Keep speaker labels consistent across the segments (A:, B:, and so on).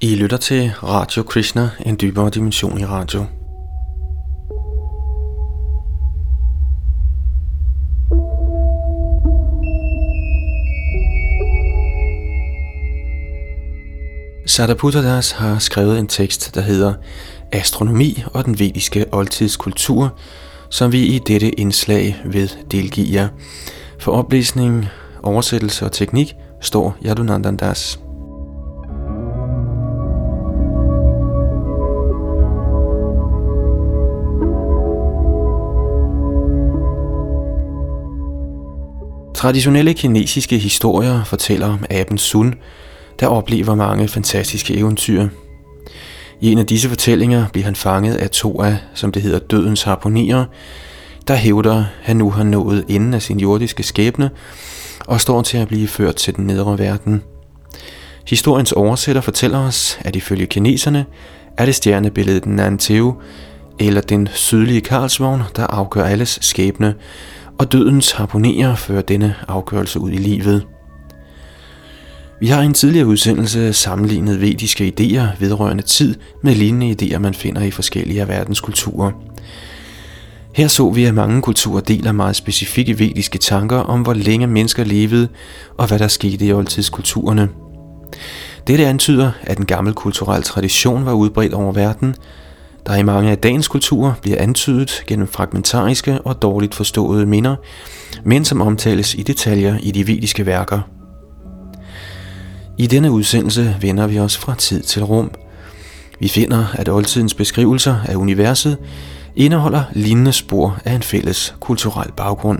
A: I lytter til Radio Krishna, en dybere dimension i radio. Sariputta har skrevet en tekst, der hedder Astronomi og den vediske oldtidskultur, som vi i dette indslag vil delgive jer. For oplæsning, oversættelse og teknik står Yadunandan Das. Traditionelle kinesiske historier fortæller om aben Sun, der oplever mange fantastiske eventyr. I en af disse fortællinger bliver han fanget af to af, som det hedder, dødens harponier, der hævder, han nu har nået enden af sin jordiske skæbne og står til at blive ført til den nedre verden. Historiens oversætter fortæller os, at ifølge kineserne er det stjernebilledet Nanteu, eller den sydlige Karlsvogn, der afgør alles skæbne, og dødens harponier fører denne afgørelse ud i livet. Vi har i en tidligere udsendelse sammenlignet vediske idéer vedrørende tid med lignende idéer, man finder i forskellige af verdens kulturer. Her så vi, at mange kulturer deler meget specifikke vediske tanker om, hvor længe mennesker levede og hvad der skete i oldtidskulturerne. Dette antyder, at en gammel kulturel tradition var udbredt over verden, der i mange af dagens kulturer bliver antydet gennem fragmentariske og dårligt forståede minder, men som omtales i detaljer i de vediske værker. I denne udsendelse vender vi os fra tid til rum. Vi finder, at oldtidens beskrivelser af universet indeholder lignende spor af en fælles kulturel baggrund.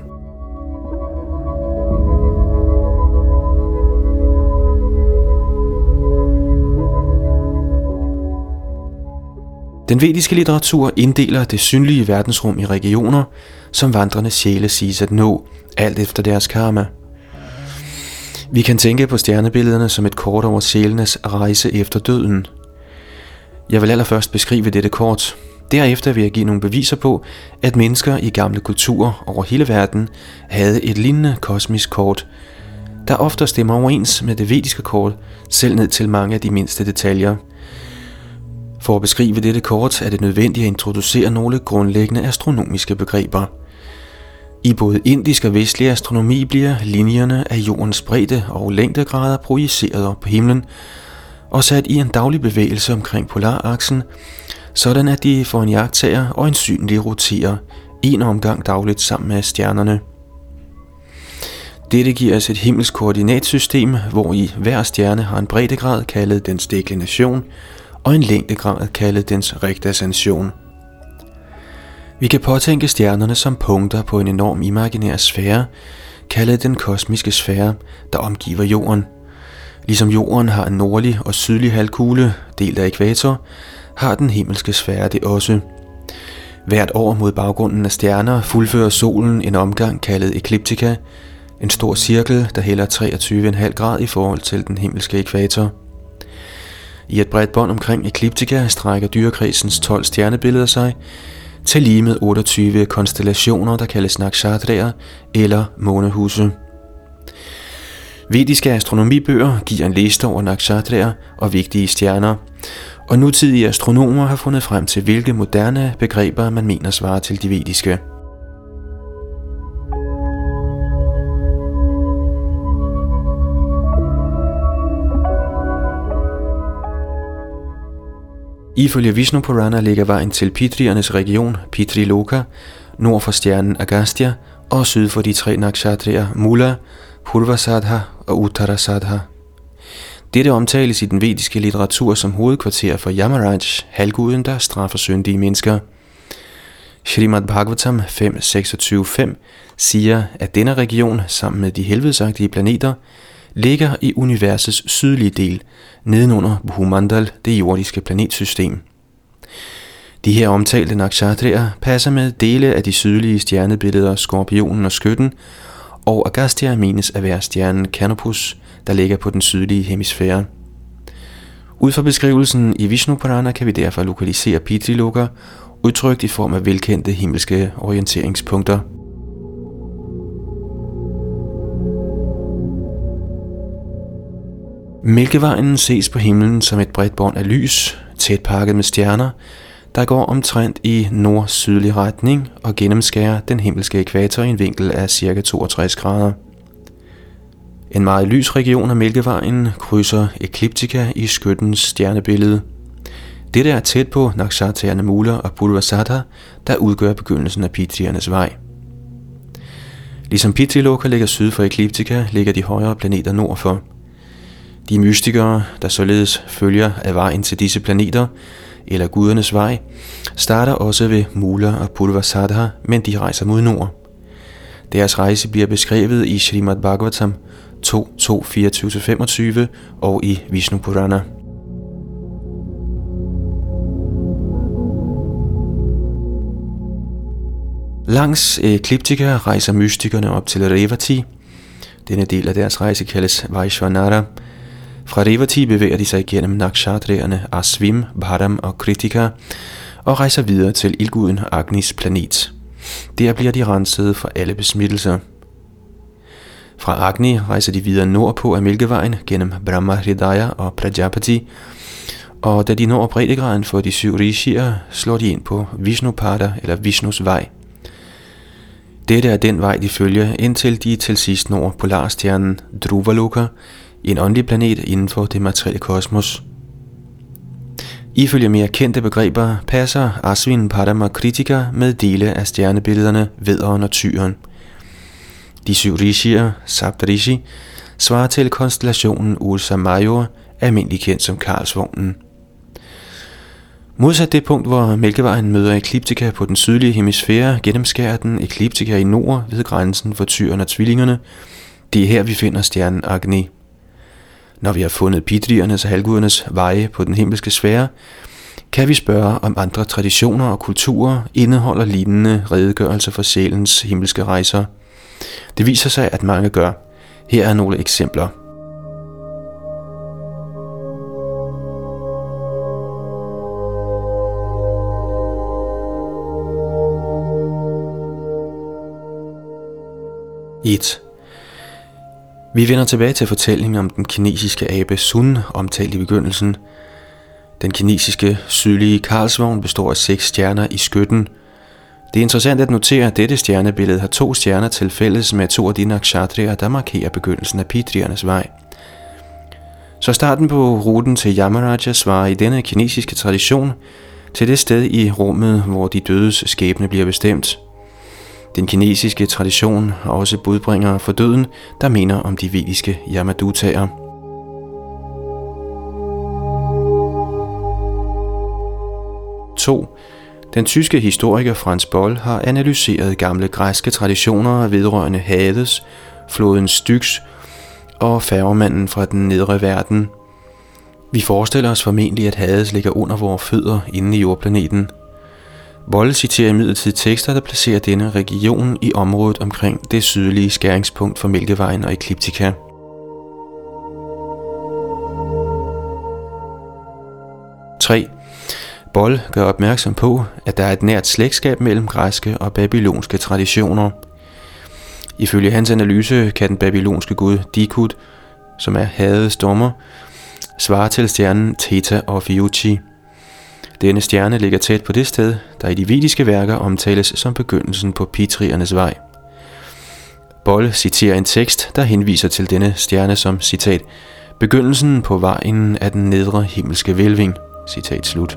A: Den vediske litteratur inddeler det synlige verdensrum i regioner, som vandrende sjæle siges at nå, alt efter deres karma. Vi kan tænke på stjernebillederne som et kort over sjælenes rejse efter døden. Jeg vil allerførst beskrive dette kort. Derefter vil jeg give nogle beviser på, at mennesker i gamle kulturer over hele verden havde et lignende kosmisk kort, der ofte stemmer overens med det vediske kort, selv ned til mange af de mindste detaljer. For at beskrive dette kort er det nødvendigt at introducere nogle grundlæggende astronomiske begreber. I både indisk og vestlig astronomi bliver linjerne af jordens bredde og længdegrader projiceret op på himlen og sat i en daglig bevægelse omkring polaraksen, sådan at de for en iagttager øjensynligt roterer en omgang dagligt sammen med stjernerne. Dette giver os et himmelsk koordinatsystem, hvor i hver stjerne har en breddegrad kaldet dens deklination og en længdegrad kaldet dens rektascension. Vi kan påtænke stjernerne som punkter på en enorm imaginær sfære, kaldet den kosmiske sfære, der omgiver jorden. Ligesom jorden har en nordlig og sydlig halvkugle, delt af ækvator, har den himmelske sfære det også. Hvert år mod baggrunden af stjerner fuldfører solen en omgang kaldet ekliptika, en stor cirkel, der hælder 23,5 grad i forhold til den himmelske ækvator. I et bredt bånd omkring ekliptika strækker dyrekredsens 12 stjernebilleder sig, til lige med 28 konstellationer, der kaldes nakshatraer eller månehuse. Vediske astronomibøger giver en liste over nakshatraer og vigtige stjerner, og nutidige astronomer har fundet frem til, hvilke moderne begreber man mener svarer til de vediske. Ifølge Vishnu Purana ligger vejen til Pitriernes region, Pitri Loka, nord for stjernen Agastya og syd for de 3 nakshatraer Mula, Purvasadha og Uttarasadha. Dette omtales i den vediske litteratur som hovedkvarter for Yamaraj, halvguden, der straffer syndige mennesker. Srimad Bhagavatam 5.26.5 siger, at denne region sammen med de helvedesagtige planeter ligger i universets sydlige del, nedenunder Bhumandal, det jordiske planetsystem. De her omtalte nakshatraer passer med dele af de sydlige stjernebilleder Skorpionen og Skytten, og Agastya menes at være stjernen Canopus, der ligger på den sydlige hemisfære. Ud fra beskrivelsen i Vishnu Purana kan vi derfor lokalisere Pitri Loka, udtrykt i form af velkendte himmelske orienteringspunkter. Mælkevejen ses på himlen som et bredt bånd af lys, tæt pakket med stjerner, der går omtrent i nord-sydlig retning og gennemskærer den himmelske ækvator i en vinkel af ca. 62 grader. En meget lys region af Mælkevejen krydser ekliptika i skyttens stjernebillede. Dette er tæt på nakshatrayerne Mula og Purvasada, der udgør begyndelsen af Pitriernes vej. Ligesom Pitriloka ligger syd for ekliptika, ligger de højere planeter nord for. De mystikere, der således følger af vejen til disse planeter, eller gudernes vej, starter også ved Mula og Purvasada, men de rejser mod nord. Deres rejse bliver beskrevet i Srimad Bhagavatam 2.24-25 og i Vishnu Purana. Langs ekliptika rejser mystikerne op til Revati. Denne del af deres rejse kaldes Vaishvanara. Fra Revati bevæger de sig igennem nakshatrayerne Asvim, Bharam og Kritika og rejser videre til ildguden Agnis planet. Der bliver de renset for alle besmittelser. Fra Agni rejser de videre nordpå af Mælkevejen gennem Brahma Hridaya og Prajapati, og da de når breddegraden for de 7 rishier, slår de ind på Vishnupada eller Vishnus vej. Dette er den vej, de følger, indtil de til sidst når polarstjernen Dhruvaloka, en åndelig planet inden for det materielle kosmos. Ifølge mere kendte begreber passer Asvin, Padam og Kritika med dele af stjernebillederne Vædderen og Tyren. De 7 rishier, Saptarishi, svarer til konstellationen Ursa Major, almindeligt kendt som Karlsvognen. Modsat det punkt, hvor Mælkevejen møder ekliptika på den sydlige hemisfære, gennemskærer den ekliptika i nord ved grænsen for Tyren og tvillingerne. Det er her, vi finder stjernen Agni. Når vi har fundet pitriernes og halvgudernes veje på den himmelske sfære, kan vi spørge, om andre traditioner og kulturer indeholder lignende redegørelser for sjælens himmelske rejser. Det viser sig, at mange gør. Her er nogle eksempler. Vi vender tilbage til fortællingen om den kinesiske abe Sun, omtalt i begyndelsen. Den kinesiske sydlige Karlsvogn består af 6 stjerner i skytten. Det er interessant at notere, at dette stjernebillede har 2 stjerner til fælles med 2 af de nakshatriyer, der markerer begyndelsen af Pitriernes vej. Så starten på ruten til Yamaraja svarer i denne kinesiske tradition til det sted i rummet, hvor de dødes skæbne bliver bestemt. Den kinesiske tradition har også budbringere for døden, der minder om de vediske Yamadutaer. Den tyske historiker Franz Boll har analyseret gamle græske traditioner vedrørende Hades, floden Styx og færgemanden fra den nedre verden. Vi forestiller os formentlig, at Hades ligger under vores fødder inde i jordplaneten. Boll citerer imidlertid tekster, der placerer denne region i området omkring det sydlige skæringspunkt for Mælkevejen og ekliptika. Boll gør opmærksom på, at der er et nært slægtskab mellem græske og babylonske traditioner. Ifølge hans analyse kan den babylonske gud Dikut, som er Hades dommer, svare til stjernen Theta Ophiuchi. Denne stjerne ligger tæt på det sted, der i de vediske værker omtales som begyndelsen på Pitriernes vej. Boll citerer en tekst, der henviser til denne stjerne som, citat, begyndelsen på vejen af den nedre himmelske hvælving, citat slut.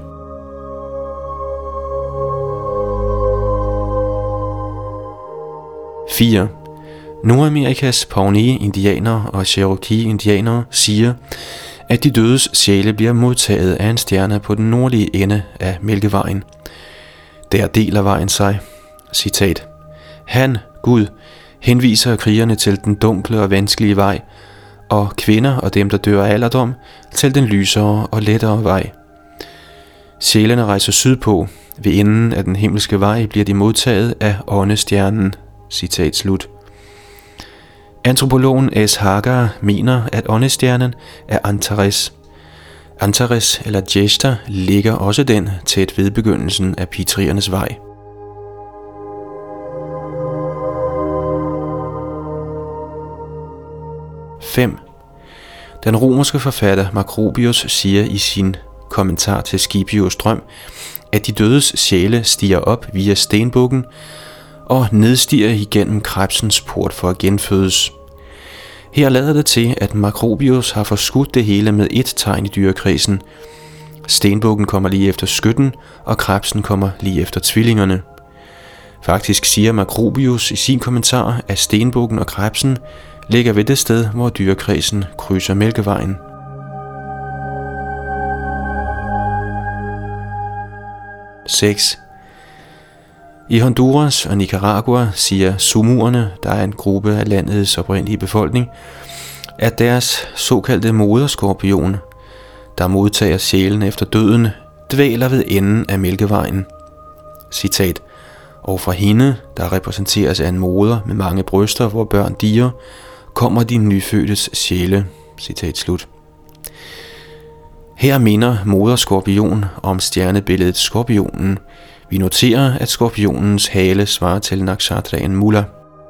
A: Nordamerikas Pawnee-indianere og Cherokee-indianere siger, at de dødes sjæle bliver modtaget af en stjerne på den nordlige ende af Mælkevejen. Der deler vejen sig. Citat. Han, Gud, henviser krigerne til den dunkle og vanskelige vej, og kvinder og dem, der dør af alderdom, til den lysere og lettere vej. Sjælene rejser sydpå. Ved enden af den himmelske vej bliver de modtaget af åndestjernen. Citat slut. Antropologen S. Hagar mener, at åndestjernen er Antares. Antares eller Jeshta ligger også den tæt ved begyndelsen af Pitriernes vej. Den romerske forfatter Macrobius siger i sin kommentar til Scipios drøm, at de dødes sjæle stiger op via stenbukken og nedstiger igennem krebsens port for at genfødes. Her lader det til, at Macrobius har forskudt det hele med et tegn i dyrekredsen. Stenbukken kommer lige efter skytten, og krebsen kommer lige efter tvillingerne. Faktisk siger Macrobius i sin kommentar, at stenbukken og krebsen ligger ved det sted, hvor dyrekredsen krydser Mælkevejen. I Honduras og Nicaragua siger sumuerne, der er en gruppe af landets oprindelige befolkning, at deres såkaldte moderskorpion, der modtager sjælen efter døden, dvæler ved enden af Mælkevejen. Citat: og fra hende, der repræsenteres af en moder med mange bryster, hvor børn dier, kommer de nyfødtes sjæle. Citat slut. Her minder moderskorpion om stjernebilledet Skorpionen. Vi noterer, at skorpionens hale svarer til nakshatraen Mula.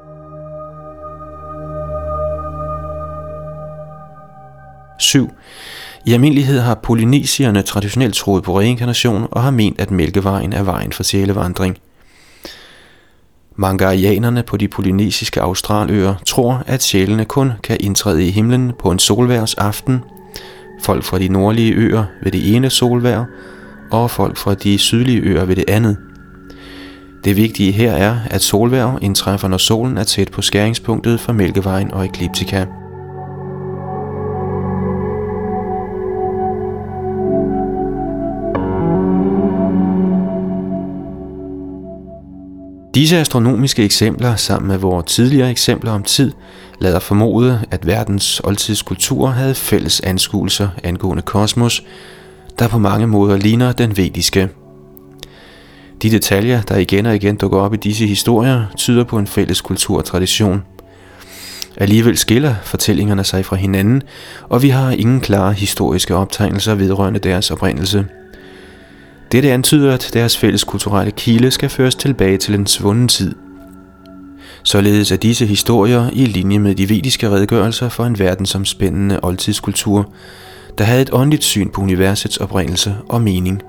A: I almindelighed har polynesierne traditionelt troet på reinkarnation og har ment, at Mælkevejen er vejen for sjælevandring. Mangarianerne på de polynesiske Australøer tror, at sjælene kun kan indtræde i himlen på en solværsaften, folk fra de nordlige øer ved det ene solvejr, og folk fra de sydlige øer ved det andet. Det vigtige her er, at solvejr indtræffer, når solen er tæt på skæringspunktet for Mælkevejen og ekliptika. Disse astronomiske eksempler sammen med vores tidligere eksempler om tid lader formode, at verdens oldtidskultur havde fælles anskuelser angående kosmos, der på mange måder ligner den vediske. De detaljer, der igen og igen dukker op i disse historier, tyder på en fælles kulturtradition. Alligevel skiller fortællingerne sig fra hinanden, og vi har ingen klare historiske optegnelser vedrørende deres oprindelse. Dette antyder, at deres fælles kulturelle kilde skal føres tilbage til en svunden tid. Således er disse historier i linje med de vediske redegørelser for en verdensomspændende oldtidskultur, der havde et åndeligt syn på universets oprindelse og mening.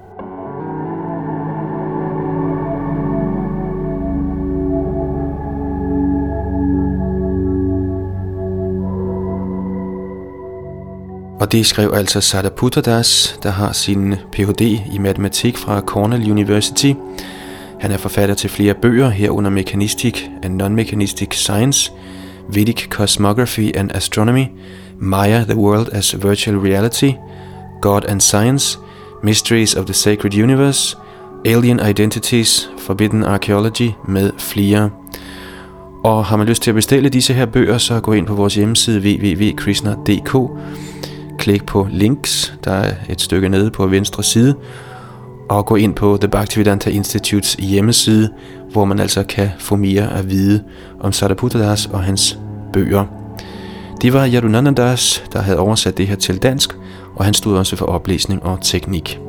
A: Og det skrev altså Sariputta Das, der har sin Ph.D. i matematik fra Cornell University. Han er forfatter til flere bøger, herunder Mechanistic and Non-Mechanistic Science, Vedic Cosmography and Astronomy, Maya, the World as Virtual Reality, God and Science, Mysteries of the Sacred Universe, Alien Identities, Forbidden Archaeology med flere. Og har man lyst til at bestille disse her bøger, så gå ind på vores hjemmeside www.krishna.dk. Klik på links, der er et stykke nede på venstre side, og gå ind på The Bhaktivedanta Institutes hjemmeside, hvor man altså kan få mere at vide om Sariputta Das og hans bøger. Det var Yadunananda Das, der havde oversat det her til dansk, og han stod også for oplæsning og teknik.